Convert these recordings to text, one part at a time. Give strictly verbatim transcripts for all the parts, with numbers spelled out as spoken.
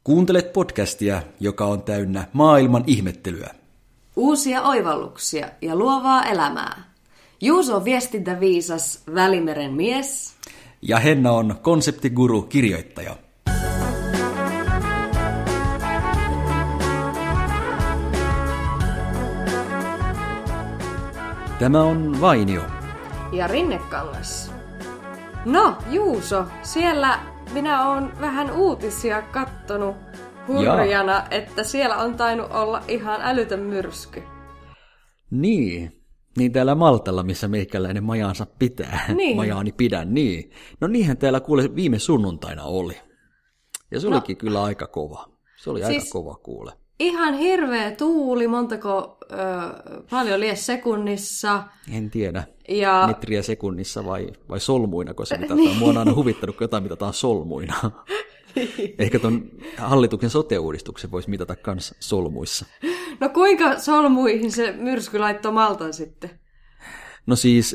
Kuuntelet podcastia, joka on täynnä maailman ihmettelyä. Uusia oivalluksia ja luovaa elämää. Juuso on viestintäviisas Välimeren mies. Ja Henna on konseptiguru kirjoittaja. Tämä on Vainio. Ja Rinnekangas. No, Juuso, siellä minä oon vähän uutisia kattonut hurjana, ja. että siellä on tainnut olla ihan älytön myrsky. Niin, niin täällä Maltalla, missä meikäläinen majaansa pitää. Niin. Majaani pidän, niin. No niinhän täällä kuule viime sunnuntaina oli. Ja se no. olikin kyllä aika kova. Se oli siis aika kova kuule. Ihan hirveä tuuli, montako, ö, paljon lies sekunnissa. En tiedä, ja... metriä sekunnissa vai, vai solmuina, koska se mitataan. Mua on aina huvittanut, kun jotain mitataan solmuina. Ehkä tuon hallituksen sote-uudistuksen voisi mitata myös solmuissa. No kuinka solmuihin se myrsky laittoi Maltan sitten? No siis,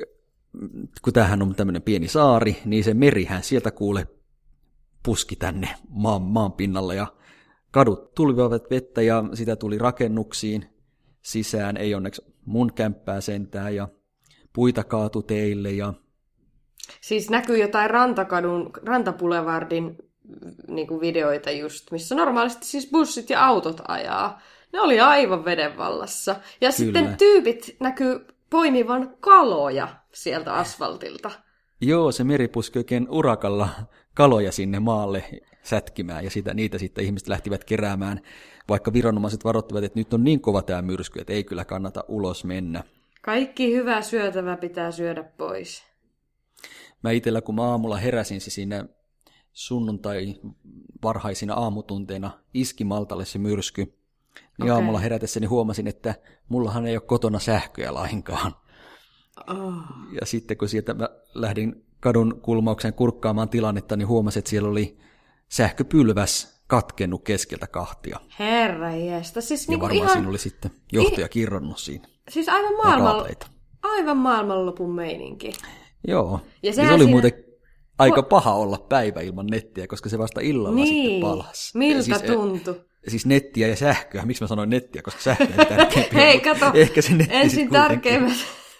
kun tämähän on tämmöinen pieni saari, niin se merihän sieltä kuule puski tänne maan, maan pinnalle ja kadut tulivat vettä ja sitä tuli rakennuksiin sisään, ei onneksi mun kämppää sentään, ja puita kaatu teille. Ja... Siis näkyy jotain Rantakadun, Rantapulevardin niin kuin videoita just, missä normaalisti siis bussit ja autot ajaa. Ne oli aivan veden vallassa. Ja Kyllä. sitten tyypit näkyy poimivan kaloja sieltä asfaltilta. Joo, se meri puski oikein urakalla kaloja sinne maalle sätkimään, ja sitä, niitä sitten ihmiset lähtivät keräämään, vaikka viranomaiset varoittivat, että nyt on niin kova tämä myrsky, että ei kyllä kannata ulos mennä. Kaikki hyvä syötävä pitää syödä pois. Mä itsellä, kun mä aamulla heräsin, se siinä sunnuntai varhaisina aamutunteina iski Maltalle se myrsky, niin okay. aamulla herätessäni huomasin, että mullahan ei ole kotona sähköä lainkaan. Oh. Ja sitten kun sieltä mä lähdin kadun kulmaukseen kurkkaamaan tilannetta, niin huomasin, että siellä oli sähköpylväs katkennut keskeltä kahtia. Herra jestä. Siis ja niinku varmaan ihan... siinä oli sitten johtaja kirronnut siinä. Siis aivan, maailman... aivan maailmanlopun meininki. Joo. Ja, ja se oli siinä... muuten aika paha olla päivä ilman nettiä, koska se vasta illalla niin. sitten palasi. Miltä siis, tuntui? Siis nettiä ja sähköä. Miksi mä sanoin nettiä? Koska sähkö on tärkeämpi. Hei, kato. Ehkä se netti ensin tärkeimmät.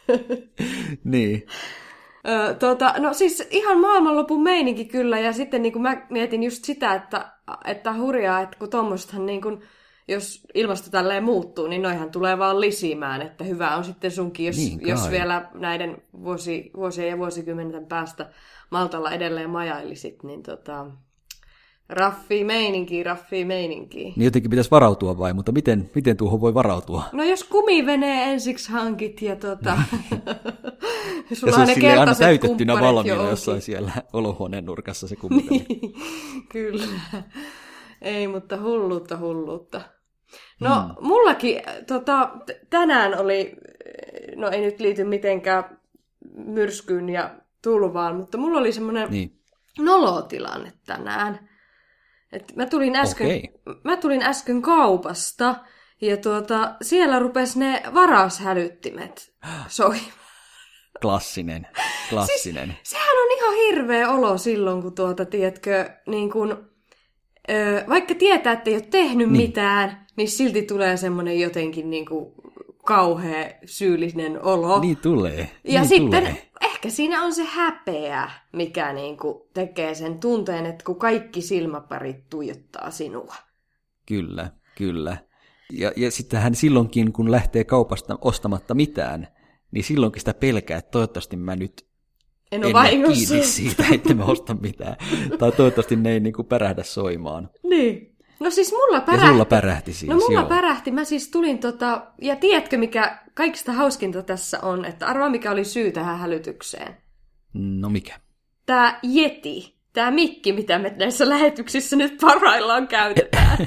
Niin. Ö, tuota, no siis ihan maailmanlopun meininki kyllä, ja sitten niin kuin mä mietin just sitä, että, että hurjaa, että kun tuommoistahan niin kuin, jos ilmasto tälleen muuttuu, niin noihan tulee vaan lisimään, että hyvä on sitten sunkin, jos, niin jos vielä näiden vuosi, vuosien ja vuosikymmenten päästä Maltalla edelleen majailisit, niin tota, raffii meininkiä, raffii meininkiä. Niin jotenkin pitäisi varautua vai, mutta miten, miten tuohon voi varautua? No jos kumivenee ensiksi hankit ja tota... ja se on silleen aina täytettynä valmiina jossain siellä olohuoneen nurkassa se kumivene. Niin, kyllä. Ei, mutta hulluutta, hulluutta. No, hmm. mullakin tota, tänään oli, no ei nyt liity mitenkään myrskyyn ja tulvaan, mutta mulla oli semmoinen niin. nolotilanne tänään. Et mä, tulin äsken, okay. mä tulin äsken kaupasta ja tuota, siellä rupesi ne varashälyttimet soimaan. Klassinen, klassinen. Siis, sehän on ihan hirveä olo silloin, kun tuota, tiedätkö, niin kun, ö, vaikka tietää, että ei ole tehnyt niin. mitään, niin silti tulee semmoinen jotenkin niin kuin kauhea syyllinen olo. Niin tulee. Ja niin sitten tulee. ehkä siinä on se häpeä, mikä niin kuin tekee sen tunteen, että kun kaikki silmäparit tuijottaa sinua. Kyllä, kyllä. Ja, ja sittenhän silloinkin, kun lähtee kaupasta ostamatta mitään, niin silloinkin sitä pelkää, että toivottavasti mä nyt en, en ole kiinni siitä, että mä ostan mitään. Tai toivottavasti ne ei niin kuin pärähdä soimaan. Niin. No siis mulla pärähti. Ja sulla pärähti siis, No mulla joo. pärähti. Mä siis tulin tota, ja tiedätkö mikä kaikista hauskinta tässä on, että arvaa mikä oli syy tähän hälytykseen. No mikä? Tää Yeti, tää mikki, mitä me näissä lähetyksissä nyt parhaillaan käytetään.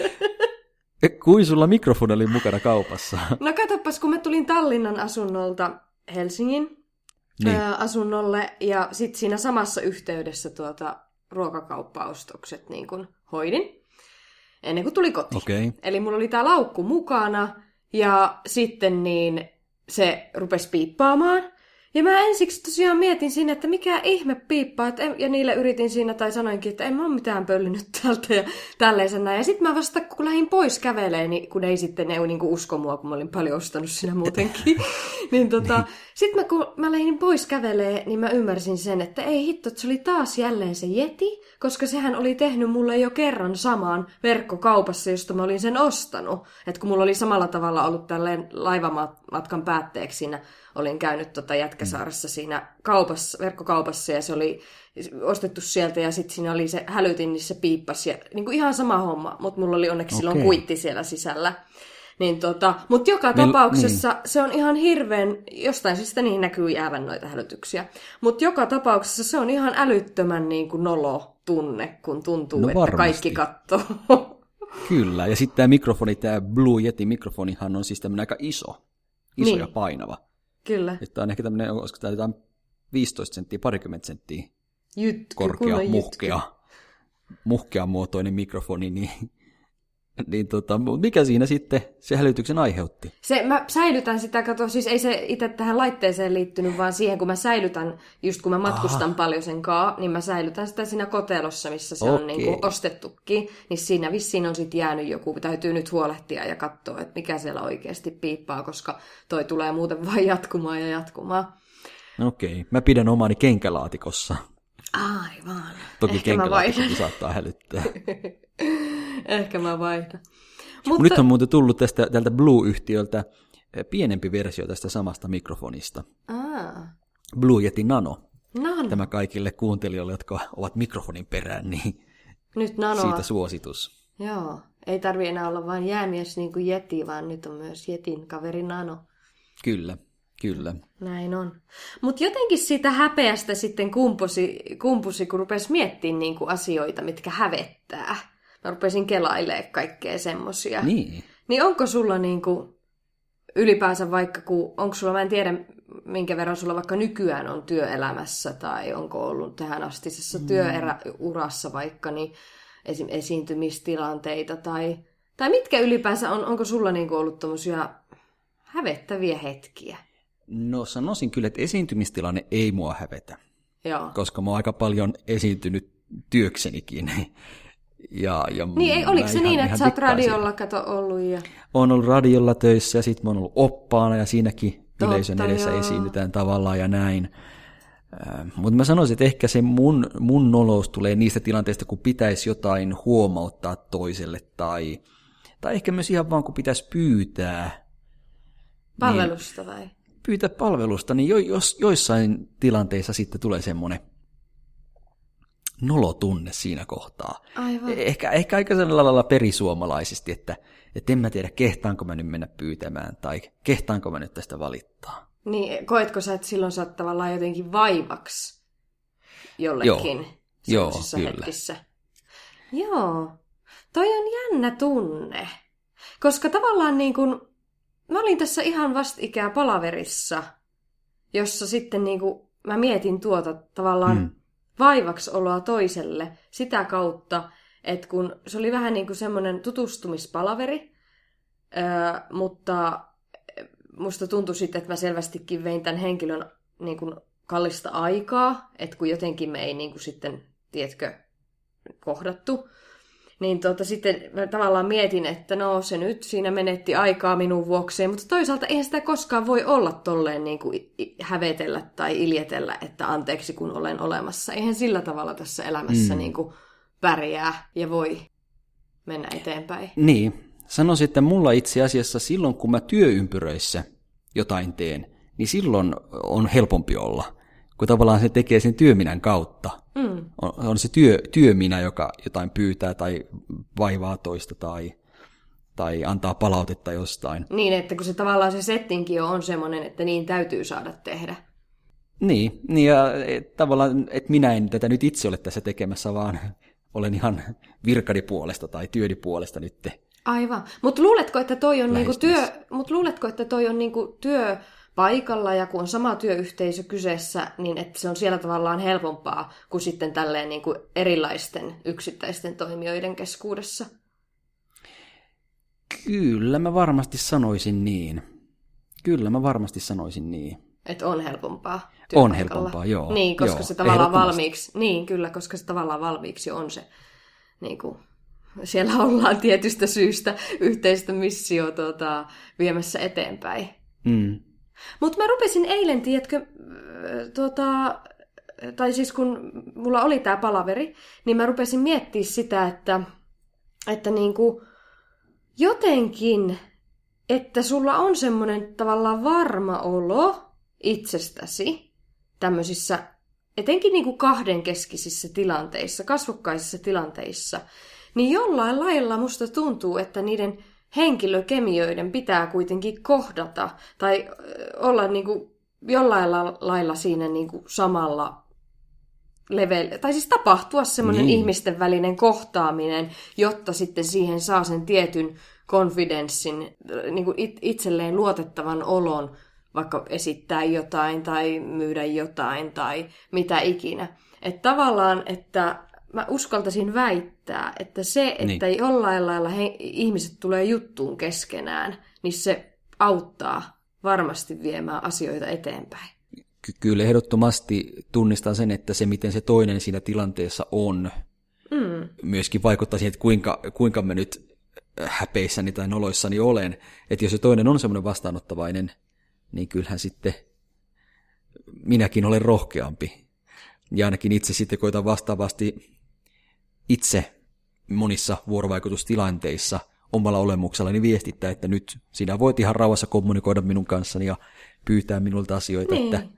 Kuin sulla mikrofoni oli mukana kaupassa? No katsopas, kun mä tulin Tallinnan asunnolta Helsingin niin. ää, asunnolle, ja sit siinä samassa yhteydessä tuota ruokakauppaostokset niin kun hoidin, ennen kuin tuli kotiin. Okay. Eli mulla oli tää laukku mukana, ja sitten niin se rupesi piippaamaan, Ja mä ensiksi tosiaan mietin siinä, että mikä ihme piippaa, että en, ja niille yritin siinä tai sanoinkin, että en mä ole mitään pöllinyt täältä ja tälleen näin. Ja sitten mä vasta, kun lähdin pois kävelemään, niin kun ei sitten ne niinku usko mua, kun mä olin paljon ostanut siinä muutenkin. niin tota, sitten mä, kun mä lähdin pois kävelemään, niin mä ymmärsin sen, että ei hitto, että se oli taas jälleen se Yeti, koska sehän oli tehnyt mulle jo kerran samaan verkkokaupassa, josta mä olin sen ostanut. Että kun mulla oli samalla tavalla ollut tälleen laivamatkan päätteeksi siinä, olin käynyt tota Jätkäsaaressa siinä kaupassa, verkkokaupassa ja se oli ostettu sieltä ja sitten siinä oli se hälytin, niin se piippasi. Ja, niin kuin ihan sama homma, mutta mulla oli onneksi okay. silloin kuitti siellä sisällä. Niin tota, mutta joka Mil, tapauksessa niin. se on ihan hirveän, jostain syystä niin näkyy jäävän noita hälytyksiä. Mutta joka tapauksessa se on ihan älyttömän niin kuin nolo tunne, kun tuntuu, no, että varmasti. Kaikki katsoo. Kyllä, ja sitten tämä mikrofoni, tämä Blue Yeti mikrofonihan on siis tämmöinen aika iso, iso niin. ja painava. Kyllä. Että on ehkä tämmöinen, olisiko tämä jotain viisitoista senttiä, parikymmentä senttiä jytky, korkea, muhkea, muhkea muotoinen mikrofoni, niin, niin tota, mikä siinä sitten se hälytyksen aiheutti? Se, mä säilytän sitä, kato, siis ei se itse tähän laitteeseen liittynyt, vaan siihen, kun mä säilytän, just kun mä matkustan Aha. paljon sen kaa, niin mä säilytän sitä siinä kotelossa, missä se okay. on niin kuin ostettukin, niin siinä vissiin on sitten jäänyt joku, täytyy nyt huolehtia ja katsoa, että mikä siellä oikeasti piippaa, koska toi tulee muuten vain jatkumaan ja jatkumaan. Okei, okay. Mä pidän omani kenkälaatikossa. Aivan. Toki Ehkä kenkälaatikkokin saattaa hälyttää. Ehkä mä vaihdan. Mutta... Nyt on muuten tullut tästä, tältä Blue-yhtiöltä pienempi versio tästä samasta mikrofonista. Aa. Blue Yeti Nano. Nano. Tämä kaikille kuuntelijoille, jotka ovat mikrofonin perään, niin nyt nanoa. Siitä suositus. Joo, ei tarvi enää olla vain jäämies niin kuin Yeti, vaan nyt on myös Yetin kaveri Nano. Kyllä. Kyllä. Näin on. Mutta jotenkin siitä häpeästä sitten kumpusi, kumpusi kun rupesi miettimään niinku asioita, mitkä hävettää. Mä rupesin kelailemaan kaikkea semmosia. Niin. Niin onko sulla niinku ylipäänsä vaikka, kun, onko sulla, mä en tiedä minkä verran sulla vaikka nykyään on työelämässä tai onko ollut tähän astisessa mm. työurassa vaikka, niin esim. Esiintymistilanteita tai, tai mitkä ylipäänsä on, onko sulla niinku ollut tommosia hävettäviä hetkiä? No sanoisin kyllä, että esiintymistilanne ei mua hävetä, Joo. koska mä oon aika paljon esiintynyt työksenikin. Ja, ja niin, ei, oliko se ihan, niin, että sä oot radiolla kato ollut? Ja... Oon ollut radiolla töissä ja sitten mä oon ollut oppaana ja siinäkin Totta, yleisön edessä joo. esiinnytään tavallaan ja näin. Äh, mutta mä sanoisin, että ehkä se mun, mun nolous tulee niistä tilanteista, kun pitäisi jotain huomauttaa toiselle tai, tai ehkä myös ihan vaan, kun pitäisi pyytää. Palvelusta niin, vai? Pyytää palvelusta, niin jo, jos, joissain tilanteissa sitten tulee semmoinen nolotunne siinä kohtaa. Aivan. Ehkä, ehkä aika sellaisella lailla perisuomalaisesti, että, että en mä tiedä, kehtaanko mä nyt mennä pyytämään tai kehtaanko mä nyt tästä valittaa. Niin, koetko sä, että silloin sä oot tavallaan jotenkin vaivaksi jollekin Joo, sellaisissa Joo, hetkissä? Joo, toi on jännä tunne. Koska tavallaan niin kuin, mä olin tässä ihan vastikään palaverissa, jossa sitten niin kuin, mä mietin tuota tavallaan hmm. vaivaksi oloa toiselle sitä kautta, että kun se oli vähän niin kuin semmoinen tutustumispalaveri, öö, mutta musta tuntui sitten, että mä selvästikin vein tämän henkilön niin kuin kallista aikaa, että kun jotenkin me ei niin kuin sitten, tiedätkö, kohdattu, niin tota, sitten mä tavallaan mietin, että no se nyt siinä menetti aikaa minun vuokseen, mutta toisaalta eihän sitä koskaan voi olla tolleen niin kuin hävetellä tai iljetellä, että anteeksi kun olen olemassa. Eihän sillä tavalla tässä elämässä mm. niin kuin pärjää ja voi mennä eteenpäin. Niin, sanoisin, että mulla itse asiassa silloin kun mä työympyröissä jotain teen, niin silloin on helpompi olla, kun tavallaan se tekee sen työminän kautta. Mm. On, on se työ, työminä, joka jotain pyytää tai vaivaa toista tai, tai antaa palautetta jostain. Niin, että kun se tavallaan se settinkin on semmoinen, että niin täytyy saada tehdä. Niin, niin ja et, tavallaan, että minä en tätä nyt itse ole tässä tekemässä, vaan olen ihan virkani puolesta tai työni puolesta nyt. Aivan, mutta luuletko, että toi on niinku työ, mut luuletko, että toi on niinku työ paikalla ja kun on sama työyhteisö kyseessä, niin että se on siellä tavallaan helpompaa kuin sitten tälleen niin kuin erilaisten yksittäisten toimijoiden keskuudessa? Kyllä mä varmasti sanoisin niin. Kyllä mä varmasti sanoisin niin. Että on helpompaa On helpompaa, joo. Niin, koska joo, se tavallaan valmiiksi, niin kyllä, koska se tavallaan valmiiksi on se, niin kuin, siellä ollaan tietystä syystä yhteistä missio tuota, viemässä eteenpäin. Mm. Mutta mä rupesin eilen, tiedätkö, tuota, tai siis kun mulla oli tää palaveri, niin mä rupesin miettimään sitä, että, että niinku, jotenkin, että sulla on semmoinen tavallaan varma olo itsestäsi tämmöisissä, etenkin niinku kahdenkeskisissä tilanteissa, kasvokkaisissa tilanteissa, niin jollain lailla musta tuntuu, että niiden henkilökemioiden pitää kuitenkin kohdata tai olla niinku jollain lailla siinä niinku samalla level, tai siis tapahtua semmoinen niin. ihmisten välinen kohtaaminen, jotta sitten siihen saa sen tietyn konfidenssin, niinku itselleen luotettavan olon, vaikka esittää jotain tai myydä jotain tai mitä ikinä. Että tavallaan, että mä uskaltaisin väittää, että se, että niin. jollain lailla he, ihmiset tulee juttuun keskenään, niin se auttaa varmasti viemään asioita eteenpäin. Ky- kyllä ehdottomasti tunnistan sen, että se, miten se toinen siinä tilanteessa on, mm. myöskin vaikuttaa siihen, että kuinka, kuinka mä nyt häpeissäni tai noloissani olen. Että jos se toinen on semmoinen vastaanottavainen, niin kyllähän sitten minäkin olen rohkeampi. Ja ainakin itse sitten koitan vastaavasti itse monissa vuorovaikutustilanteissa omalla olemuksellani viestittää, että nyt sinä voit ihan rauhassa kommunikoida minun kanssani ja pyytää minulta asioita, niin. että,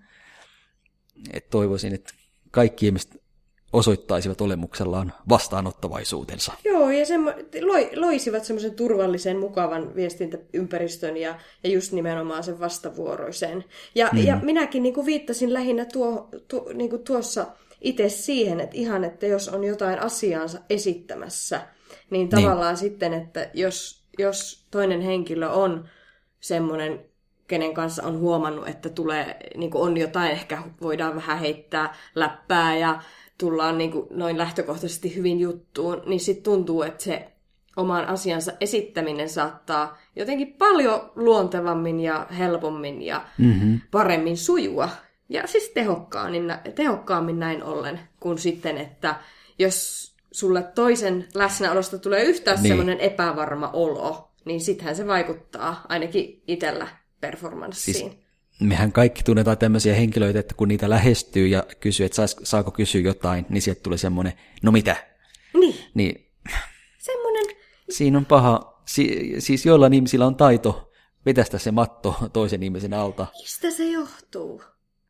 että toivoisin, että kaikki ihmiset osoittaisivat olemuksellaan vastaanottavaisuutensa. Joo, ja semmo, loi, loisivat semmoisen turvallisen, mukavan viestintäympäristön ja, ja just nimenomaan sen vastavuoroisen. Ja, mm. ja minäkin niin kuin viittasin lähinnä tuo, tu, niin kuin tuossa itse siihen, että ihan, että jos on jotain asiaansa esittämässä, niin tavallaan niin. sitten, että jos, jos toinen henkilö on semmoinen, kenen kanssa on huomannut, että tulee, niin kuin on jotain, ehkä voidaan vähän heittää läppää ja tullaan niin kuin noin lähtökohtaisesti hyvin juttuun, niin sitten tuntuu, että se oman asiansa esittäminen saattaa jotenkin paljon luontevammin ja helpommin ja mm-hmm. paremmin sujua. Ja siis tehokkaammin, tehokkaammin näin ollen, kuin sitten, että jos sulle toisen läsnäolosta tulee yhtään niin. semmoinen epävarma olo, niin sittenhän se vaikuttaa ainakin itsellä performanssiin. Siis mehän kaikki tunnetaan tämmöisiä henkilöitä, että kun niitä lähestyy ja kysyy, että sais, saako kysyä jotain, niin sieltä tulee semmoinen, no mitä? Niin. niin semmoinen. Siinä on paha, si, siis joillain ihmisillä on taito vetästä se matto toisen ihmisen alta. Mistä se johtuu?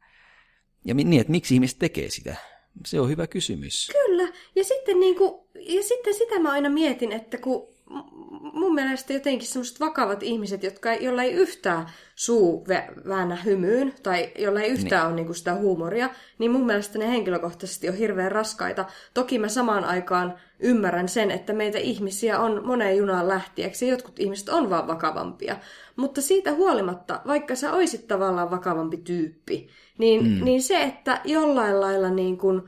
Ja niin, että miksi ihmiset tekee sitä? Se on hyvä kysymys. Kyllä, ja sitten, niin kuin, ja sitten sitä mä aina mietin, että kun mun mielestä jotenkin semmoiset vakavat ihmiset, jotka, jolla ei yhtään suu väännä hymyyn, tai jolla ei yhtään niin. ole niin kuin sitä huumoria, niin mun mielestä ne henkilökohtaisesti on hirveän raskaita. Toki mä samaan aikaan ymmärrän sen, että meitä ihmisiä on moneen junaan lähtiäksi, ja jotkut ihmiset on vaan vakavampia. Mutta siitä huolimatta, vaikka sä oisit tavallaan vakavampi tyyppi, niin, mm. niin se, että jollain lailla niin kuin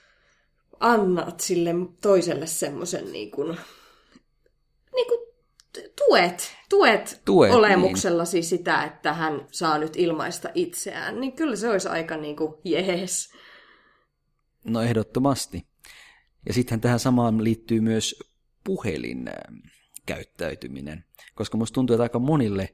annat sille toiselle semmoisen niin kuin niin kuin tuet, tuet, tuet olemuksellasi niin. sitä, että hän saa nyt ilmaista itseään, niin kyllä se olisi aika niin kuin jees. No ehdottomasti. Ja sittenhän tähän samaan liittyy myös puhelin käyttäytyminen, koska musta tuntuu, että aika monille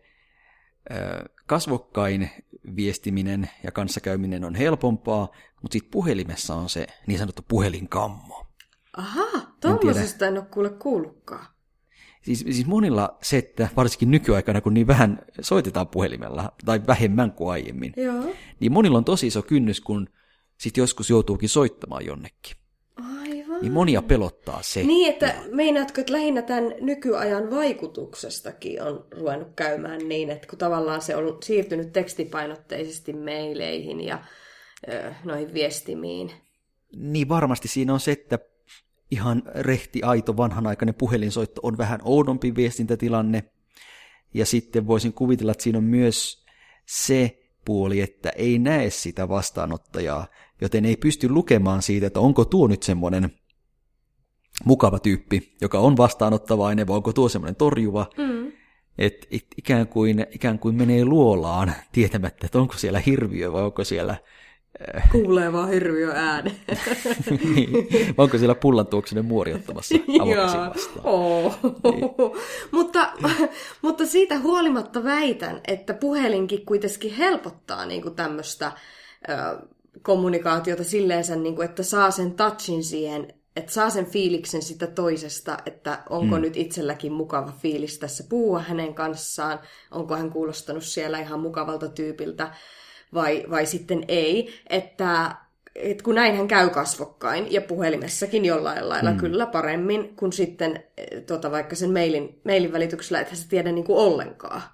kasvokkain viestiminen ja kanssakäyminen on helpompaa, mutta sitten puhelimessa on se niin sanottu puhelinkammo. Ahaa, tuommoisesta en, en ole kuule kuullutkaan. Siis, siis monilla se, että varsinkin nykyaikana, kun niin vähän soitetaan puhelimella, tai vähemmän kuin aiemmin, Joo. niin monilla on tosi iso kynnys, kun sit joskus joutuukin soittamaan jonnekin. Aivan. Niin monia pelottaa se. Niin, että ja... meinaatko, että lähinnä tämän nykyajan vaikutuksestakin on ruvennut käymään niin, että kun tavallaan se on siirtynyt tekstipainotteisesti maileihin ja ö, noihin viestimiin. Niin varmasti siinä on se, että ihan rehti, aito, vanhanaikainen puhelinsoitto on vähän oudompi viestintätilanne. Ja sitten voisin kuvitella, että siinä on myös se puoli, että ei näe sitä vastaanottajaa, joten ei pysty lukemaan siitä, että onko tuo nyt semmoinen mukava tyyppi, joka on vastaanottavainen, vai onko tuo semmoinen torjuva. Mm. Et, et ikään, kuin, ikään kuin menee luolaan tietämättä, että onko siellä hirviö vai onko siellä... Äh, Kuulee vaan hirviö ääne. Niin, onko siellä pullantuoksunen muori ottamassa avokäsin vastaan. Oh. Niin. mutta, mutta siitä huolimatta väitän, että puhelinkin kuitenkin helpottaa niin kuin tämmöistä äh, kommunikaatiota silleensä, niin kuin, että saa sen touchin siihen, että saa sen fiiliksen sitä toisesta, että onko hmm. nyt itselläkin mukava fiilis tässä puhua hänen kanssaan, onko hän kuulostanut siellä ihan mukavalta tyypiltä vai, vai sitten ei. Että, että kun näinhän käy kasvokkain ja puhelimessakin jollain lailla hmm. kyllä paremmin kuin sitten tota, vaikka sen mailin, mailin välityksellä, että sä tiedä niin kuin ollenkaan.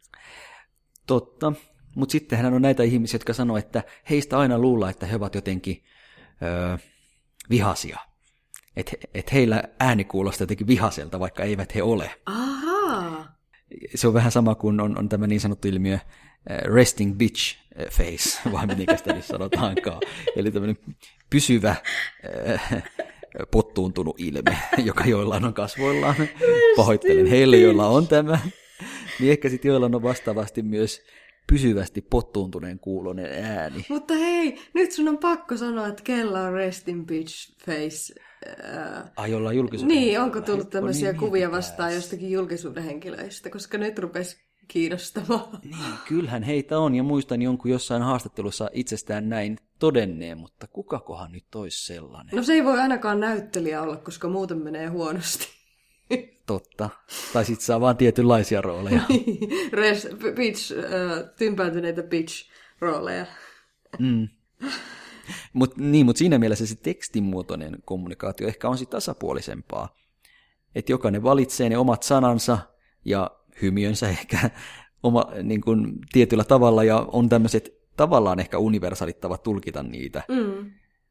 Totta, mutta sittenhän on näitä ihmisiä, jotka sanoo, että heistä aina luullaan, että he ovat jotenkin öö, vihaisia. Että et heillä ääni kuulostaa jotenkin vihaselta, vaikka eivät he ole. Ahaa. Se on vähän sama kuin on, on tämä niin sanottu ilmiö uh, resting bitch face, vai miten sitä nyt sanotaankaan. Eli tämmöinen pysyvä uh, pottuuntunut ilme, joka joillain on kasvoillaan. Pahoittelen heille, joilla on tämä. Niin ehkä sitten joillain on vastaavasti myös pysyvästi pottuuntuneen kuulonen ääni. Mutta hei, nyt sun on pakko sanoa, että kella on resting bitch face. Äh... Ai, jollain julkisuuden Niin, onko tullut tämmöisiä niin, kuvia niin, vastaan pääs. jostakin julkisuuden henkilöistä, koska nyt rupesi kiinnostamaan. Niin, kyllähän heitä on, ja muistan jonkun jossain haastattelussa itsestään näin todenneen, mutta kukakohan nyt olisi sellainen? No se ei voi ainakaan näyttelijä olla, koska muuten menee huonosti. Totta. Tai sitten saa vaan tietynlaisia rooleja. Res, bitch, äh, tympääntyneitä bitch-rooleja. mm. Mut, niin, mutta siinä mielessä se tekstimuotoinen kommunikaatio ehkä on sitten tasapuolisempaa. Että jokainen valitsee ne omat sanansa ja hymiönsä ehkä oma, niin kun, tietyllä tavalla, ja on tämmöiset tavallaan ehkä universaalit tavat tulkita niitä. Mm.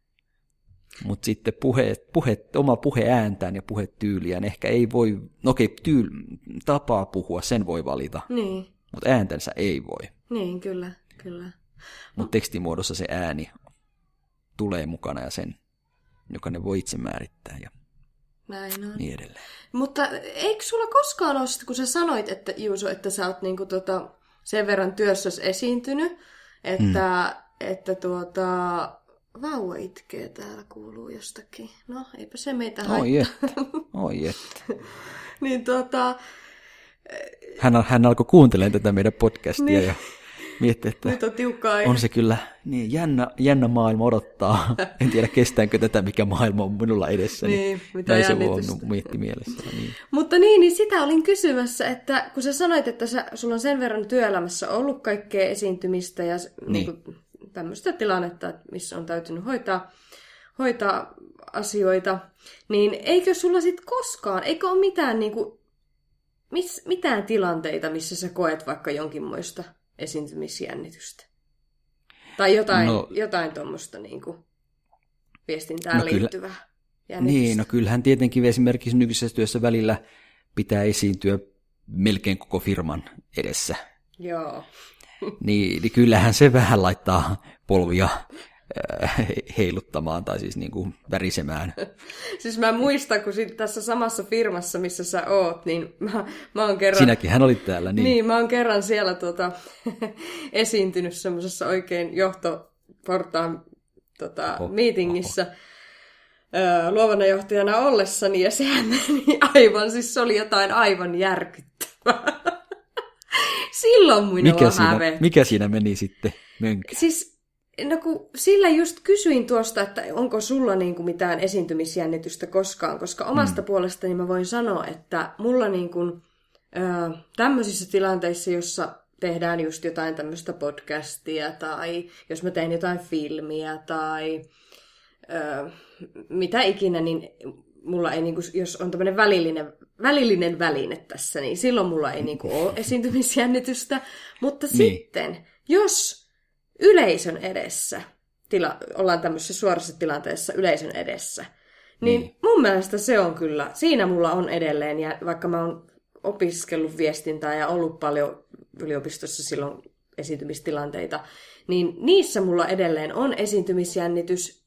Mutta sitten puhe, puhe, oma puheääntään ja puhetyyliään ehkä ei voi, no okei, tyyl, tapaa puhua, sen voi valita, niin. mutta ääntänsä ei voi. Niin, kyllä, kyllä. Mutta tekstimuodossa se ääni tulee mukana ja sen jokainen voi itse määrittää ja näin on. niin edelleen. Mutta eikö sulla koskaan ole, kun sä sanoit, että Juuso, että sä oot niinku tota, sen verran työssäsi esiintynyt, että, mm. että tuota... Vauva itkee täällä, kuuluu jostakin. No, eipä se meitä haittaa. Oi että, oi että. niin tota... Hän, hän alkoi kuuntelemaan tätä meidän podcastia niin. Ja mietti, että nyt on tiukkaa. On se kyllä niin jännä, jännä maailma odottaa. En tiedä, kestäänkö tätä, mikä maailma on minulla edessä. Niin, mitä näin se on mietti mielessä. Niin. Mutta niin, niin sitä olin kysymässä, että kun sä sanoit, että sä, sulla on sen verran työelämässä ollut kaikkea esiintymistä ja niin. Niin kuin, tämmöistä tilannetta, missä on täytynyt hoitaa, hoitaa asioita, niin eikö sulla sitten koskaan, eikö ole mitään, niin kuin, mis, mitään tilanteita, missä sä koet vaikka jonkinmoista esiintymisjännitystä? Tai jotain, no, jotain tuommoista niin kuin viestintään no liittyvää kyllä, jännitystä? Niin, no kyllähän tietenkin esimerkiksi nykyisessä työssä välillä pitää esiintyä melkein koko firman edessä. Joo. Niin, niin kyllähän se vähän laittaa polvia äh, heiluttamaan tai siis niin kuin värisemään. Siis mä muistan, kun sit tässä samassa firmassa, missä sä oot, niin mä, mä oon kerran... Sinäkin hän olit täällä, niin. Niin, mä oon kerran siellä tuota, esiintynyt semmoisessa oikein johtoportaan tota, oho, meetingissä oho. luovana johtajana ollessani, ja sehän meni aivan, siis se oli jotain aivan järkyttävää. Silloin minua mikä siinä, hävetti. mikä siinä meni sitten mönkään? Siis, no kun sillä just kysyin tuosta, että onko sulla niinku mitään esiintymisjännitystä koskaan, koska omasta mm. puolestani mä voin sanoa, että mulla niinku, ö, tämmöisissä tilanteissa, jossa tehdään just jotain tämmöistä podcastia, tai jos mä teen jotain filmiä, tai ö, mitä ikinä, niin mulla ei, niinku, jos on tämmöinen välillinen, välillinen väline tässä, niin silloin mulla ei niinku ole esiintymisjännitystä. Mutta niin. Sitten, jos yleisön edessä, tila, ollaan tämmöisessä suorassa tilanteessa yleisön edessä, niin, niin mun mielestä se on kyllä, siinä mulla on edelleen, ja vaikka mä oon opiskellut viestintää ja ollut paljon yliopistossa silloin esiintymistilanteita, niin niissä mulla edelleen on esiintymisjännitys,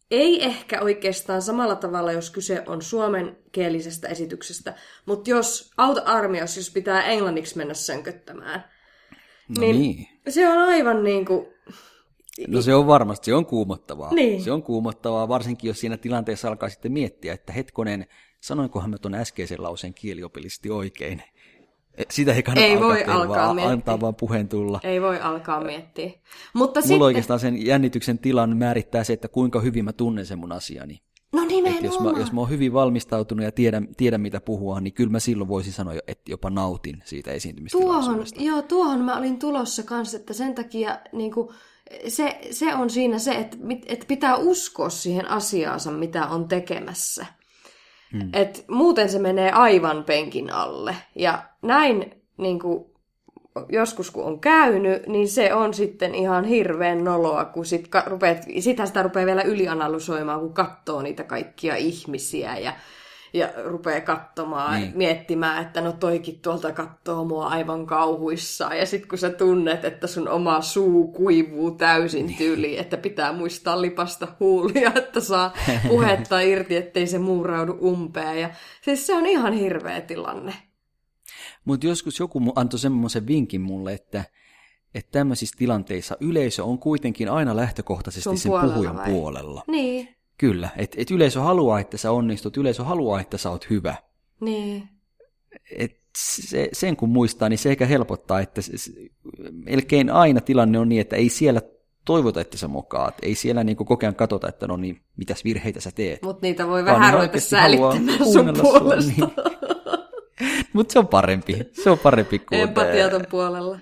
ei ehkä oikeastaan samalla tavalla, jos kyse on suomenkielisestä esityksestä, mutta jos auta armias, jos pitää englanniksi mennä sönköttämään, no niin, niin se on aivan niin kuin... No se on varmasti, se on kuumottavaa. Niin. Se on kuumottavaa, varsinkin jos siinä tilanteessa alkaa sitten miettiä, että hetkonen, sanoinkohan mä tuon äskeisen lauseen kieliopillisesti oikein. Sitä ei kannata ei alkaa, voi alkaa vaan antaa vaan puheen tulla. Ei voi alkaa miettiä. Mutta Mulla sitten... oikeastaan sen jännityksen tilan määrittää se, että kuinka hyvin mä tunnen sen mun asiani. No nimenomaan. Jos mä, jos mä oon hyvin valmistautunut ja tiedän, tiedän mitä puhua, niin kyllä mä silloin voisin sanoa, että jopa nautin siitä esiintymistilaisuudesta. Tuohon, joo, tuohon mä olin tulossa kanssa, että sen takia niin kuin, se, se on siinä se, että, että pitää uskoa siihen asiaansa, mitä on tekemässä. Hmm. Et muuten se menee aivan penkin alle. Ja näin niin kuin, joskus kun on käynyt, niin se on sitten ihan hirveän noloa, kun sit ka- rupeat, sitä sitä rupeaa vielä ylianalysoimaan, kun katsoo niitä kaikkia ihmisiä ja, ja rupeaa katsomaan niin. Miettimään, että no toikin tuolta katsoo mua aivan kauhuissaan. Ja sitten kun sä tunnet, että sun oma suu kuivuu täysin niin. Tyyliin, että pitää muistaa lipasta huulia, että saa puhetta irti, ettei se muuraudu umpeen. Ja siis se on ihan hirveä tilanne. Mutta joskus joku antoi semmoisen vinkin mulle, että, että tämmöisissä tilanteissa yleisö on kuitenkin aina lähtökohtaisesti sun sen puolella puhujan vai? Puolella. Niin. Kyllä, että et yleisö haluaa, että sä onnistut, yleisö haluaa, että sä oot hyvä. Niin. Et se, sen kun muistaa, niin se ehkä helpottaa, että se, se, melkein aina tilanne on niin, että ei siellä toivota, että sä mokaat. Ei siellä niinku koko ajan katsota, että no niin, mitäs virheitä sä teet. Mutta niitä voi vähän ruveta säilyttämään sun puolesta. Niin. Mutta se on parempi. Se on parempi kuin... Empatiaton puolella.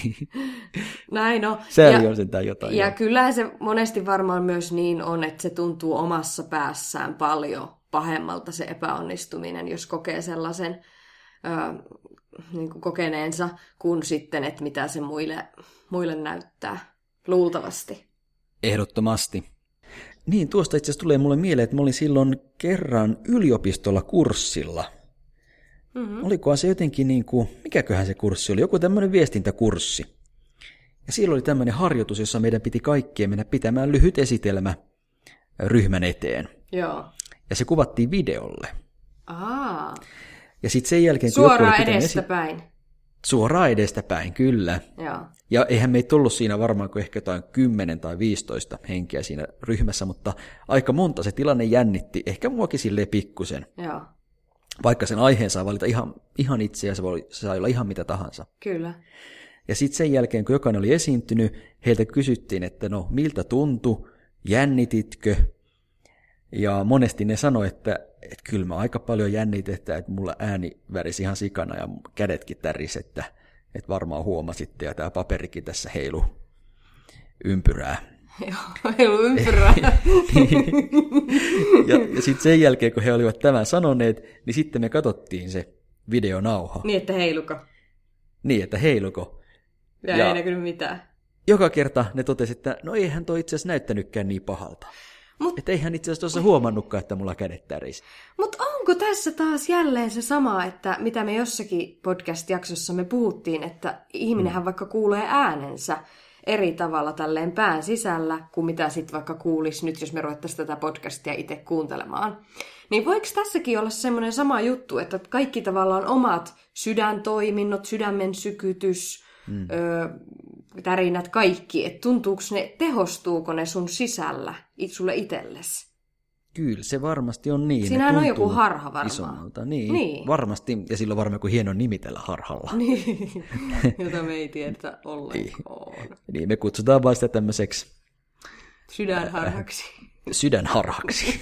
Näin on. Sääli on sentään jotain. Ja jo. kyllähän se monesti varmaan myös niin on, että se tuntuu omassa päässään paljon pahemmalta se epäonnistuminen, jos kokee sellaisen ö, niin kuin kokeneensa, kuin sitten, että mitä se muille, muille näyttää. Luultavasti. Ehdottomasti. Niin, tuosta itse asiassa tulee mulle mieleen, että mä olin silloin kerran yliopistolla kurssilla. Mm-hmm. Olikohan se jotenkin niin kuin, mikäköhän se kurssi oli, joku tämmöinen viestintäkurssi. Ja siellä oli tämmöinen harjoitus, jossa meidän piti kaikkien mennä pitämään lyhyt esitelmä ryhmän eteen. Joo. Ja se kuvattiin videolle. Aa. Ja sitten sen jälkeen... Kun suoraan edestäpäin. Esi- suoraan edestäpäin, kyllä. Joo. Ja eihän meitä ollut siinä varmaan kuin ehkä jotain kymmenen tai viisitoista henkeä siinä ryhmässä, mutta aika monta se tilanne jännitti, ehkä muakin silleen pikkusen. Joo. Vaikka sen aiheen saa valita ihan, ihan itse ja se, voi, se saa olla ihan mitä tahansa. Kyllä. Ja sitten sen jälkeen, kun jokainen oli esiintynyt, heiltä kysyttiin, että no miltä tuntui, jännititkö? Ja monesti ne sanoi, että, että kyllä mä aika paljon jännitetään, että mulla ääni värisi ihan sikana ja kädetkin täris, että, että varmaan huomasitte ja tämä paperikin tässä heilu ympyrää. Joo, heilu ympyrää. ja ja sitten sen jälkeen, kun he olivat tämän sanoneet, niin sitten me katsottiin se videonauha. Niin, että heiluko. Niin, että heiluko. Ja, ja ei näkynyt mitään. Joka kerta ne totesivat, että no eihän toi itse asiassa näyttänytkään niin pahalta. Mut, että eihän itse asiassa tuossa huomannutkaan, että mulla kädet tärisi. Mutta onko tässä taas jälleen se sama, että mitä me jossakin podcast-jaksossa me puhuttiin, että ihminenhän mm. vaikka kuulee äänensä eri tavalla tälleen pään sisällä, kuin mitä sitten vaikka kuulisi nyt, jos me ruvettaisiin tätä podcastia itse kuuntelemaan. Niin voiko tässäkin olla semmoinen sama juttu, että kaikki tavallaan omat sydäntoiminnot, sydämen sykytys, mm. ö, tärinät, kaikki, että tuntuuko ne, tehostuuko ne sun sisällä sulle itsellesi? Kyllä, se varmasti on niin. Siinähän on joku harha varmaan. Isommalta. Niin, niin, varmasti. Ja silloin varmaan joku hieno nimitellä harhalla. Niin, jota me ei tiedetä ollenkaan. Niin, niin me kutsutaan vaan sitä tämmöiseksi... Sydänharhaksi. Sydänharhaksi.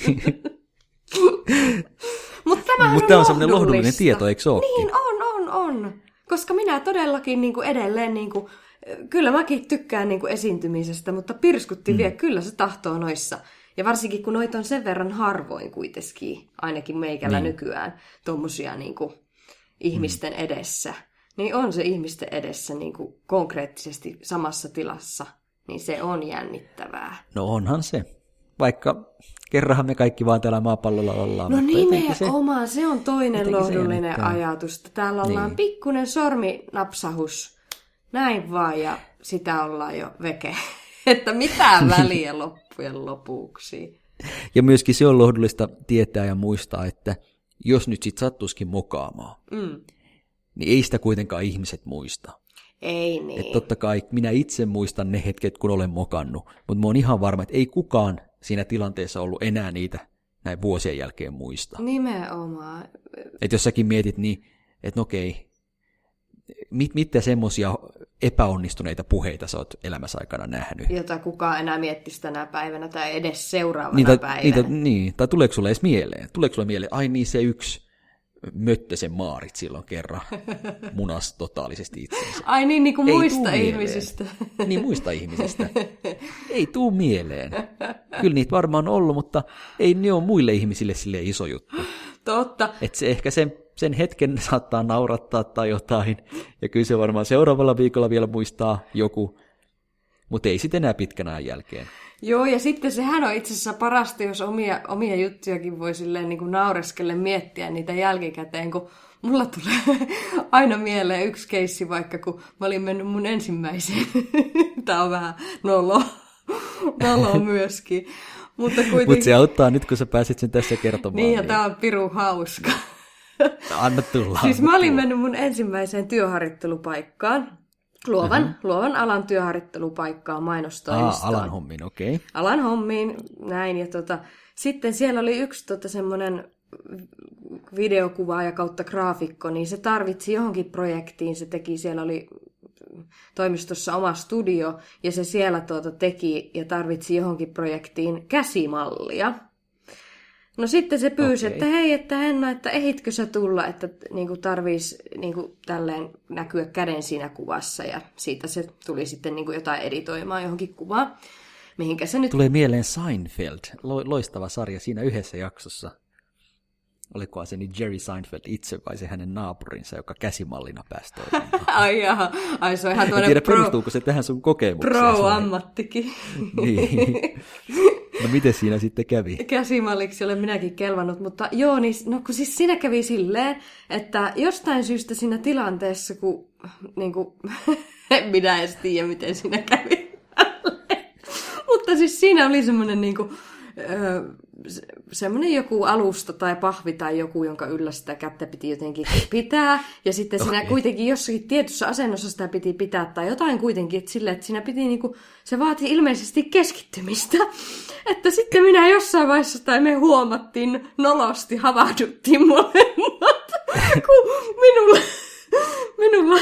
Mutta tämähän Mut on tämä on semmoinen lohdullinen tieto, eikö se olekin? Niin, on, on, on. Koska minä todellakin niin kuin edelleen... Niin kuin, kyllä mäkin tykkään niin kuin esiintymisestä, mutta pirskutti mm. vie, kyllä se tahtoo noissa. Ja varsinkin kun noita on sen verran harvoin kuitenkin, ainakin meikällä niin. nykyään, tommosia niin kuin ihmisten mm. edessä, niin on se ihmisten edessä niin kuin konkreettisesti samassa tilassa, niin se on jännittävää. No onhan se. Vaikka kerranhan me kaikki vaan täällä maapallolla ollaan. No nimenomaan, se, se on toinen lohdullinen ajatus. Täällä ollaan niin. pikkunen sorminapsahus, näin vaan, ja sitä ollaan jo veke. Että mitään väliä loppujen lopuksi. Ja myöskin se on lohdullista tietää ja muistaa, että jos nyt sit sattuisikin mokaamaan, mm. niin ei sitä kuitenkaan ihmiset muista. Ei niin. Että totta kai minä itse muistan ne hetket, kun olen mokannut, mutta mä oon ihan varma, että ei kukaan siinä tilanteessa ollut enää niitä näin vuosien jälkeen muista. Nimenomaan. Että jos säkin mietit, niin että no okei, mit, mitä semmoisia epäonnistuneita puheita sä oot elämässä aikana nähnyt? Jota kukaan enää miettisi tänä päivänä tai edes seuraavana niitä, päivänä. Niitä, niin, tai tuleeko sulle edes mieleen? Tuleeko sulle mieleen, ai niin se yksi Möttösen Maarit silloin kerran munas totaalisesti itsensä. Ai niin, niin kuin muista ihmisistä. Niin, muista ihmisistä. Ei tuu mieleen. Kyllä niitä varmaan on ollut, mutta ei ne ole muille ihmisille silleen iso juttu. Totta. Että se ehkä sen, sen hetken saattaa naurattaa tai jotain, ja kyllä se varmaan seuraavalla viikolla vielä muistaa joku, mutta ei sitten enää pitkän ajan jälkeen. Joo, ja sitten sehän on itse asiassa parasta, jos omia, omia juttujakin voi silleen niin kuin naureskelle miettiä niitä jälkikäteen, kun mulla tulee aina mieleen yksi keissi, vaikka kun mä olin mennyt mun ensimmäiseen. Tää on vähän nolo, nolo myöskin. Mutta kuitenkin... Mut se auttaa nyt, kun sä pääsit sen tässä kertomaan. Niin, ja niin. Tää on pirun hauska. Anna tulla. Siis anna mä olin tulla. mennyt mun ensimmäiseen työharjoittelupaikkaan. Luovan, uh-huh. luovan alan työharjoittelupaikkaan mainostoimistoon. Ah, alan hommiin, okei. Okay. Alan hommiin, näin. Ja tota, sitten siellä oli yksi tota, semmoinen videokuvaaja kautta graafikko, niin se tarvitsi johonkin projektiin. Se teki, siellä oli toimistossa oma studio, ja se siellä tuota teki ja tarvitsi johonkin projektiin käsimallia. No sitten se pyysi, okay. että hei, että Henna, että ehitkö sä tulla, että niinku tarvitsisi niinku tälleen näkyä käden siinä kuvassa, ja siitä se tuli sitten niinku jotain editoimaan johonkin kuvaan. Mihinkä se nyt... Tulee mieleen Seinfeld, lo- loistava sarja siinä yhdessä jaksossa. Olikohan se nyt Jerry Seinfeld itse vai se hänen naapurinsa, joka käsimallina pääsi toimimaan? Ai jaha, ai se on ihan tuollainen pro... En tiedä, pro... perustuuko se tähän sun kokemukseen. Pro-ammattikin. Niin. No miten siinä sitten kävi? Käsimalliksi olen minäkin kelvannut, mutta joo, niin, no kun siis siinä kävi silleen, että jostain syystä siinä tilanteessa, kun niin kuin, en minä edes tiedä, miten siinä kävi. Mutta siis siinä oli semmoinen niin kuin, semmoinen joku alusta tai pahvi tai joku, jonka yllä sitä kättä piti jotenkin pitää. Ja sitten okay. siinä kuitenkin jossakin tietyssä asennossa sitä piti pitää tai jotain kuitenkin, että sille, että siinä piti niinku, se vaati ilmeisesti keskittymistä. Että sitten minä jossain vaiheessa, tai me huomattiin, nolosti havahduttiin molemmat, kun minulla, minulla,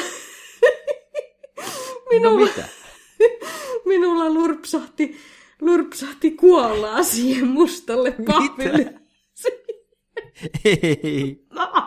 minulla, no mitä? minulla lurpsahti Lurpsahti kuollaa siihen mustalle pahville. Ei.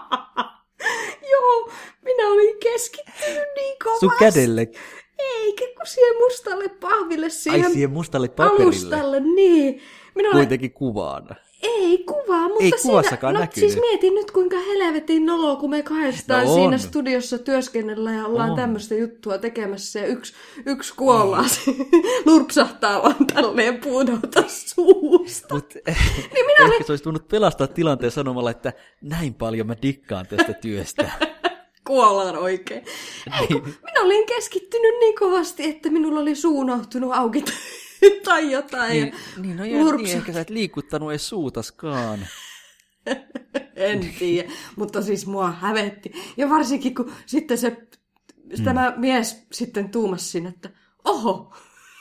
Joo, minä olin keskittynyt niin kovasti. Sun kädelle? Eikä, kun siihen mustalle pahville. Siihen Ai siihen mustalle paperille? Alustalle, niin. Minä olen... Kuitenkin kuvaan. Ei kuvaa, mutta ei siinä, no, näkynyt. siis mietin nyt kuinka helvetin noloa, kun me kahdestaan no siinä studiossa työskennellään ja ollaan on. tämmöistä juttua tekemässä ja yksi, yksi kuollaa, lurpsahtaa vaan tälleen pudota suusta. Mut, niin minä ehkä se olisi tullut pelastaa tilanteen sanomalla, että näin paljon mä dikkaan tästä työstä. Kuollaan oikein. Ei, kun minä olin keskittynyt niin kovasti, että minulla oli suu unohtunut auki tai jotain. Niin, niin no ja, niin, ehkä sä et liikuttanut edes suutaskaan. En tiedä, mutta siis mua hävetti. Ja varsinkin, kun sitten se, mm. tämä mies sitten tuumasi siinä, että oho.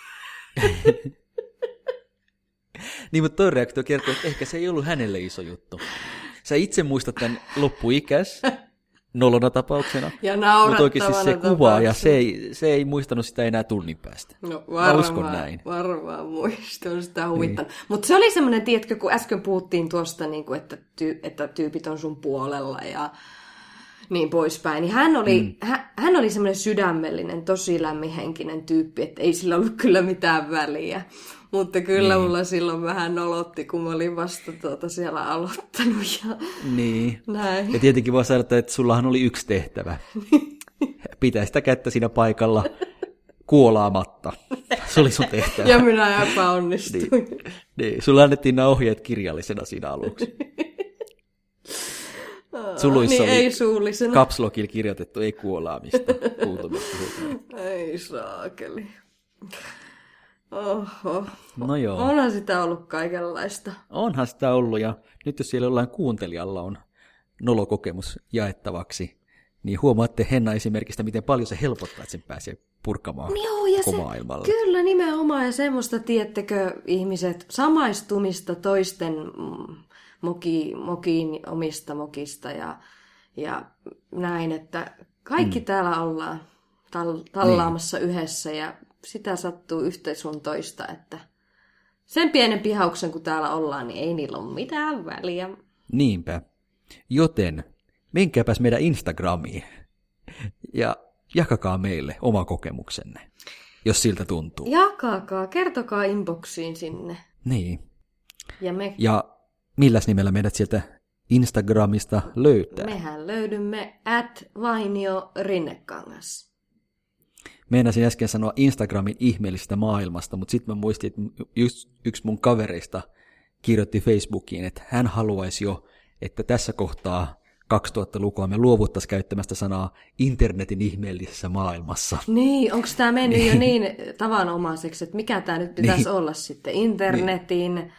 Niin, mutta toi reaktio kertoo, että ehkä se ei ollut hänelle iso juttu. Sä itse muistat tämän loppuikäs. Nolona tapauksena. Ja naurattavana mutta siis se kuvaa, ja se ei, se ei muistanut sitä enää tunnin päästä. No varmaan, varmaan muistan sitä huvittanut. Niin. Mutta se oli semmoinen, tiedätkö, kun äsken puhuttiin tuosta, niin kuin, että, tyy, että tyypit on sun puolella ja niin poispäin. Niin hän oli, mm. hän, hän oli semmoinen sydämellinen, tosi lämminhenkinen tyyppi, että ei sillä ollut kyllä mitään väliä. Mutta kyllä niin. mulla silloin vähän nolotti, kun mä olin vasta tuota siellä aloittanut. Ja niin. Näin. Ja tietenkin voi sanoa, että sullahan oli yksi tehtävä. Pitää sitä kättä siinä paikalla kuolaamatta. Se oli sun tehtävä. Ja minä epäonnistuin. niin. niin. Sulla annettiin nämä ohjeet kirjallisena siinä aluksi. Suluissa niin, oli ei suullisena. Caps Lockilla kirjoitettu, ei kuolaamista. Puutumista. Ei saakeli. Oho. No joo. Onhan sitä ollut kaikenlaista. Onhan sitä ollut, ja nyt jos siellä jollain kuuntelijalla on nolokokemus jaettavaksi, niin huomaatte Henna esimerkistä, miten paljon se helpottaa, että sen pääsee purkamaan Joo, ja koko se, maailmalla. Kyllä, nimenomaan, ja semmoista, tiettekö, ihmiset, samaistumista toisten moki, mokiin, omista mokista, ja, ja näin, että kaikki mm. täällä ollaan tal- tallaamassa niin. yhdessä, ja sitä sattuu yhtä sun toista, että sen pienen pihauksen, kun täällä ollaan, niin ei niillä ole mitään väliä. Niinpä. Joten menkääpäs meidän Instagramiin ja jakakaa meille oma kokemuksenne, jos siltä tuntuu. Jakakaa, kertokaa inboxiin sinne. Niin. Ja, me... ja milläs nimellä meidät sieltä Instagramista löytää? Mehän löydymme at Vainio Rinnekangas. Meinasin äsken sanoa Instagramin ihmeellisestä maailmasta, mutta sitten mä muistin, että just yksi mun kavereista kirjoitti Facebookiin, että hän haluaisi jo, että tässä kohtaa kaksituhattalukua me luovuttaisiin käyttämästä sanaa internetin ihmeellisessä maailmassa. Niin, onko tämä mennyt niin. jo niin tavanomaiseksi, että mikä tämä nyt pitäisi niin. olla sitten? Internetin niin.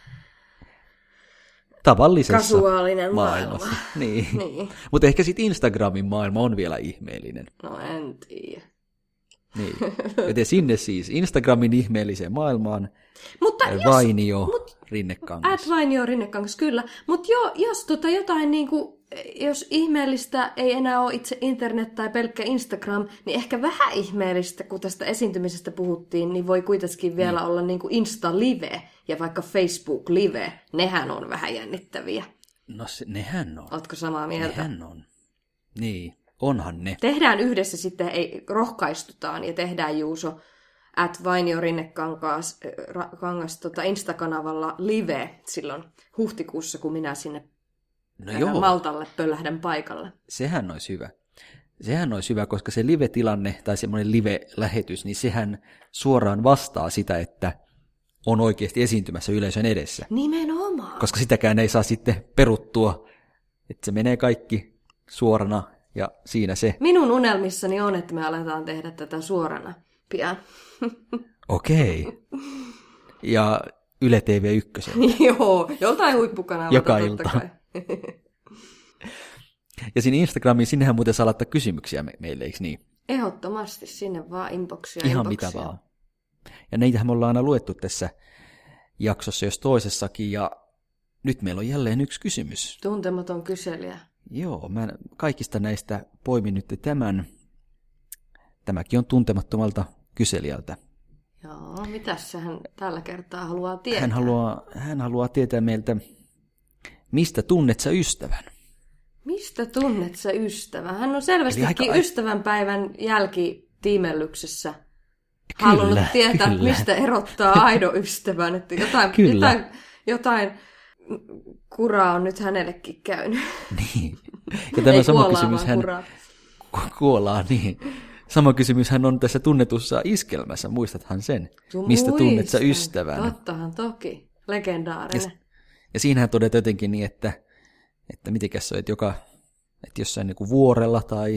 tavallisessa kasuaalinen maailmassa. maailma. Niin. niin. Mutta ehkä sitten Instagramin maailma on vielä ihmeellinen. No en tiedä. Niin. Joten sinne siis Instagramin ihmeelliseen maailmaan. Mutta Vainio mut, Rinnekangas. At Vainio Rinnekangas, kyllä. Mutta jo, jos tota jotain niinku, jos ihmeellistä ei enää ole itse internet tai pelkkä Instagram, niin ehkä vähän ihmeellistä, kun tästä esiintymisestä puhuttiin, niin voi kuitenkin vielä niin. olla niinku Insta-live ja vaikka Facebook-live. Nehän on vähän jännittäviä. No se, nehän on. Ootko samaa mieltä? Nehän on. Niin, onhan ne. Tehdään yhdessä sitten, ei, rohkaistutaan ja tehdään Juuso at Vainio Rinnekangas kangas, tota Insta-kanavalla live silloin huhtikuussa, kun minä sinne no Maltalle pöllähdän paikalle. Sehän olisi hyvä. Sehän olisi hyvä, koska se live-tilanne tai semmoinen live-lähetys, niin sehän suoraan vastaa sitä, että on oikeasti esiintymässä yleisön edessä. Nimenomaan. Koska sitäkään ei saa sitten peruttua, että se menee kaikki suorana ja siinä se. Minun unelmissani on, että me aletaan tehdä tätä suorana pian. Okei. Okay. Ja Yle T V yksi. Joo, jotain huippukanavalta. Joka ilta. Ja siinä Instagramiin, sinnehän muuten saa laittaa kysymyksiä me- meille, eikö niin? Ehdottomasti, sinne vaan inboxia. Ihan inboxia. mitä vaan. Ja neitähän me ollaan aina luettu tässä jaksossa, jos toisessakin, ja nyt meillä on jälleen yksi kysymys. Tuntematon kyselijä. Joo, mä kaikista näistä poimin nyt tämän. Tämäkin on tuntemattomalta kyselijältä. Joo, mitäs hän tällä kertaa haluaa tietää? Hän haluaa, hän haluaa tietää meiltä, mistä tunnet sä ystävän? Mistä tunnet sä ystävän? Hän on selvästikin aika... ystävänpäivän jälkitiimellyksessä halunnut kyllä, tietää, kyllä. mistä erottaa aidon ystävän. Että jotain, jotain, jotain kuraa on nyt hänellekin käynyt. Niin. Ja tämä ei sama kuolaa, kysymys hän... kuraa. Kuolaa, niin. Sama kysymys hän on tässä tunnetussa iskelmässä, muistathan sen? Tu mistä muistan. tunnet sä ystävän? Tottahan toki, legendaarinen. Ja, ja siinähän todetaan jotenkin niin, että, että mitenkäs se on, että, joka, että jossain niin kuin vuorella tai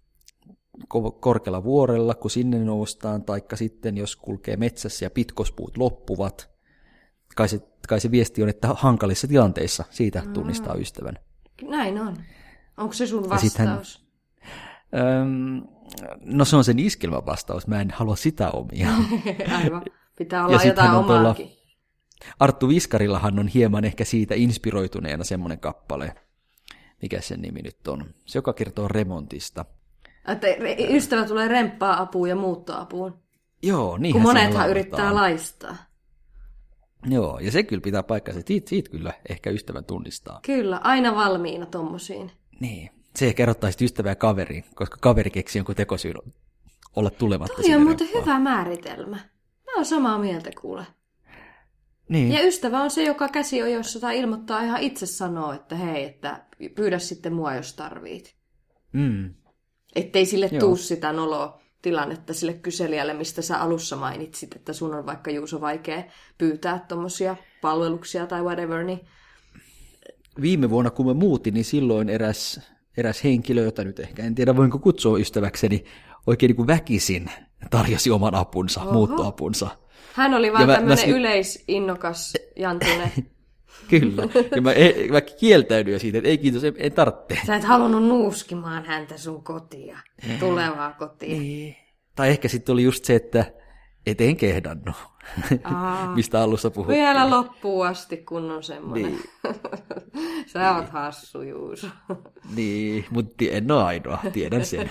korkealla vuorella, kun sinne noustaan, taikka sitten jos kulkee metsässä ja pitkospuut loppuvat, kai se, kai se viesti on, että hankalissa tilanteissa siitä mm. tunnistaa ystävän. Näin on. Onko se sun vastaus? Öm, no se on sen iskelmän vastaus, mä en halua sitä omia. Aivan, pitää olla jotain omaakin. Arttu Viskarillahan on hieman ehkä siitä inspiroituneena semmoinen kappale, mikä sen nimi nyt on, se joka kertoo remontista. Että ystävä tulee remppaa apuun ja muuttoapuun. Joo, niinhän kun monethan yrittää laistaa. Joo, ja se kyllä pitää paikkansa, siitä, siitä kyllä ehkä ystävän tunnistaa. Kyllä, aina valmiina tommosiin. Niin. Se ehkä erottaisi ystävää kaveriin, koska kaveri keksii jonkun tekosyyn olla tulematta. Toi on muuten hyvä määritelmä. Mä oon samaa mieltä, kuule. Niin. Ja ystävä on se, joka käsiojossa tai ilmoittaa ihan itse sanoo, että hei, että pyydä sitten mua, jos tarvit. Mm. Ettei sille Joo. tuu sitä nolotilannetta sille kyselijälle, mistä sä alussa mainitsit, että sun on vaikka Juuso vaikea pyytää tommosia palveluksia tai whatever. Niin... Viime vuonna, kun mä muutin, niin silloin eräs... eräs henkilö, jota nyt ehkä en tiedä voinko kutsua ystäväkseni, oikein niin kuin väkisin tarjosi oman apunsa, Oho. muuttoapunsa. Hän oli vaan tämmöinen mä... yleisinnokas Jantune. Kyllä. Ja mä, mä kieltäydyin siitä, että ei kiitos, en, en tarvitse. Sä et halunnut nuuskimaan häntä sun kotia, tulevaa kotia. Niin. Tai ehkä sitten oli just se, että et en kehdannut, mistä alussa puhuttiin. Vielä loppuun asti, kun on semmoinen. Niin. Sä oot hassu, Juuso. Niin, mutta en ole ainoa, tiedän sen.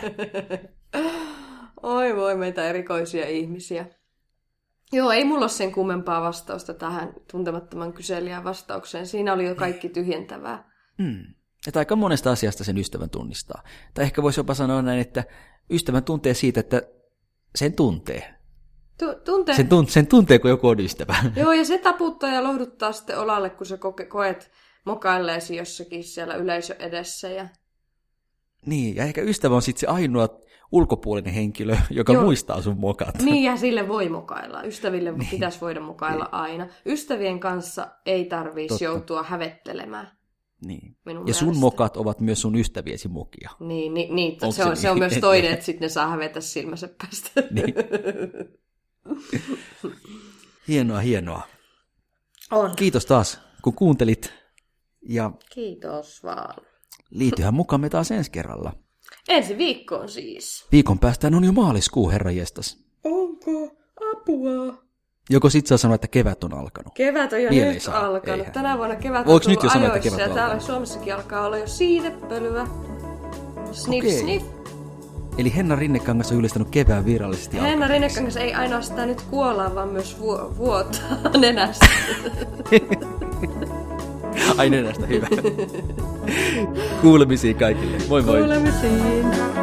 Oi voi, meitä erikoisia ihmisiä. Joo, ei mulla ole sen kummempaa vastausta tähän tuntemattoman kyselijän vastaukseen. Siinä oli jo kaikki tyhjentävää. Mm. Että aika monesta asiasta sen ystävän tunnistaa. Tai ehkä voisi jopa sanoa näin, että ystävän tuntee siitä, että sen tuntee. Tu- tuntee. Sen, tunt- sen tuntee, kun joku on ystävä. Joo, ja se taputtaa ja lohduttaa sitten olalle, kun sä koke- koet mokailleesi jossakin siellä yleisö edessä. Ja... Niin, ja ehkä ystävä on sitten se ainoa ulkopuolinen henkilö, joka Joo. muistaa sun mokat. Niin, ja sille voi mokailla. Ystäville niin. pitäisi voida mokailla niin. aina. Ystävien kanssa ei tarvitsisi joutua hävettelemään. Niin. Ja mielestä. Sun mokat ovat myös sun ystäviesi mokia. Niin, niin, niin. Se, se, on, se on myös toinen, että sitten ne saa hävetä silmänsä päästä. Niin. Hienoa, hienoa. On. Kiitos taas, kun kuuntelit. Ja kiitos vaan. Liityhän mukamme taas ensi kerralla. Ensi viikkoon siis. Viikon päästään on jo maaliskuu, herranjestas. Onko? Apua. Joko sit saa sanoa, että kevät on alkanut? Kevät on jo Vielä nyt alkanut. Eihän. Tänä vuonna kevät Voinko on nyt jo sanoa, ajoissa, että kevät ja täällä Suomessakin alkaa olla jo siitepölyä. Sniff, Okei. sniff. Eli Henna Rinnekangas on julistanut kevään virallisesti alkanut. Henna Rinnekangas ei ainoastaan nyt kuolla, vaan myös vu- vuotaa nenästä. Ai nenästä, hyvä. Kuulemisiin kaikille. Moi moi. Kuulemisiin.